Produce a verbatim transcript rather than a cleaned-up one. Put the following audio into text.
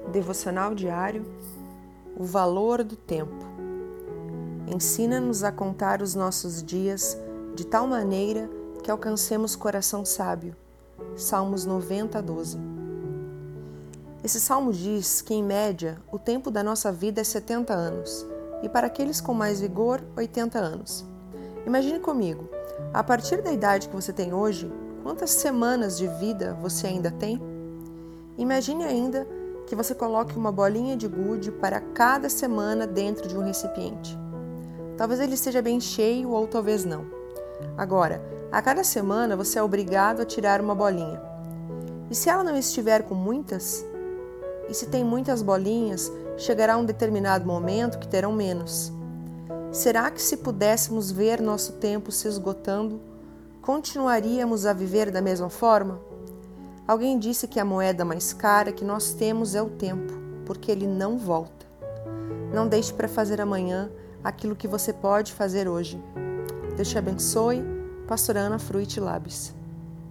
Devocional diário, o valor do tempo. Ensina-nos a contar os nossos dias de tal maneira que alcancemos coração sábio. Salmos noventa, doze. Esse salmo diz que, em média, o tempo da nossa vida é setenta anos e, para aqueles com mais vigor, oitenta anos. Imagine comigo, a partir da idade que você tem hoje, quantas semanas de vida você ainda tem? Imagine ainda que você coloque uma bolinha de gude para cada semana dentro de um recipiente. Talvez ele esteja bem cheio ou talvez não. Agora, a cada semana você é obrigado a tirar uma bolinha. E se ela não estiver com muitas? E se tem muitas bolinhas, chegará um determinado momento que terão menos. Será que se pudéssemos ver nosso tempo se esgotando, continuaríamos a viver da mesma forma? Alguém disse que a moeda mais cara que nós temos é o tempo, porque ele não volta. Não deixe para fazer amanhã aquilo que você pode fazer hoje. Deus te abençoe. Pastora Ana Fruit Labs.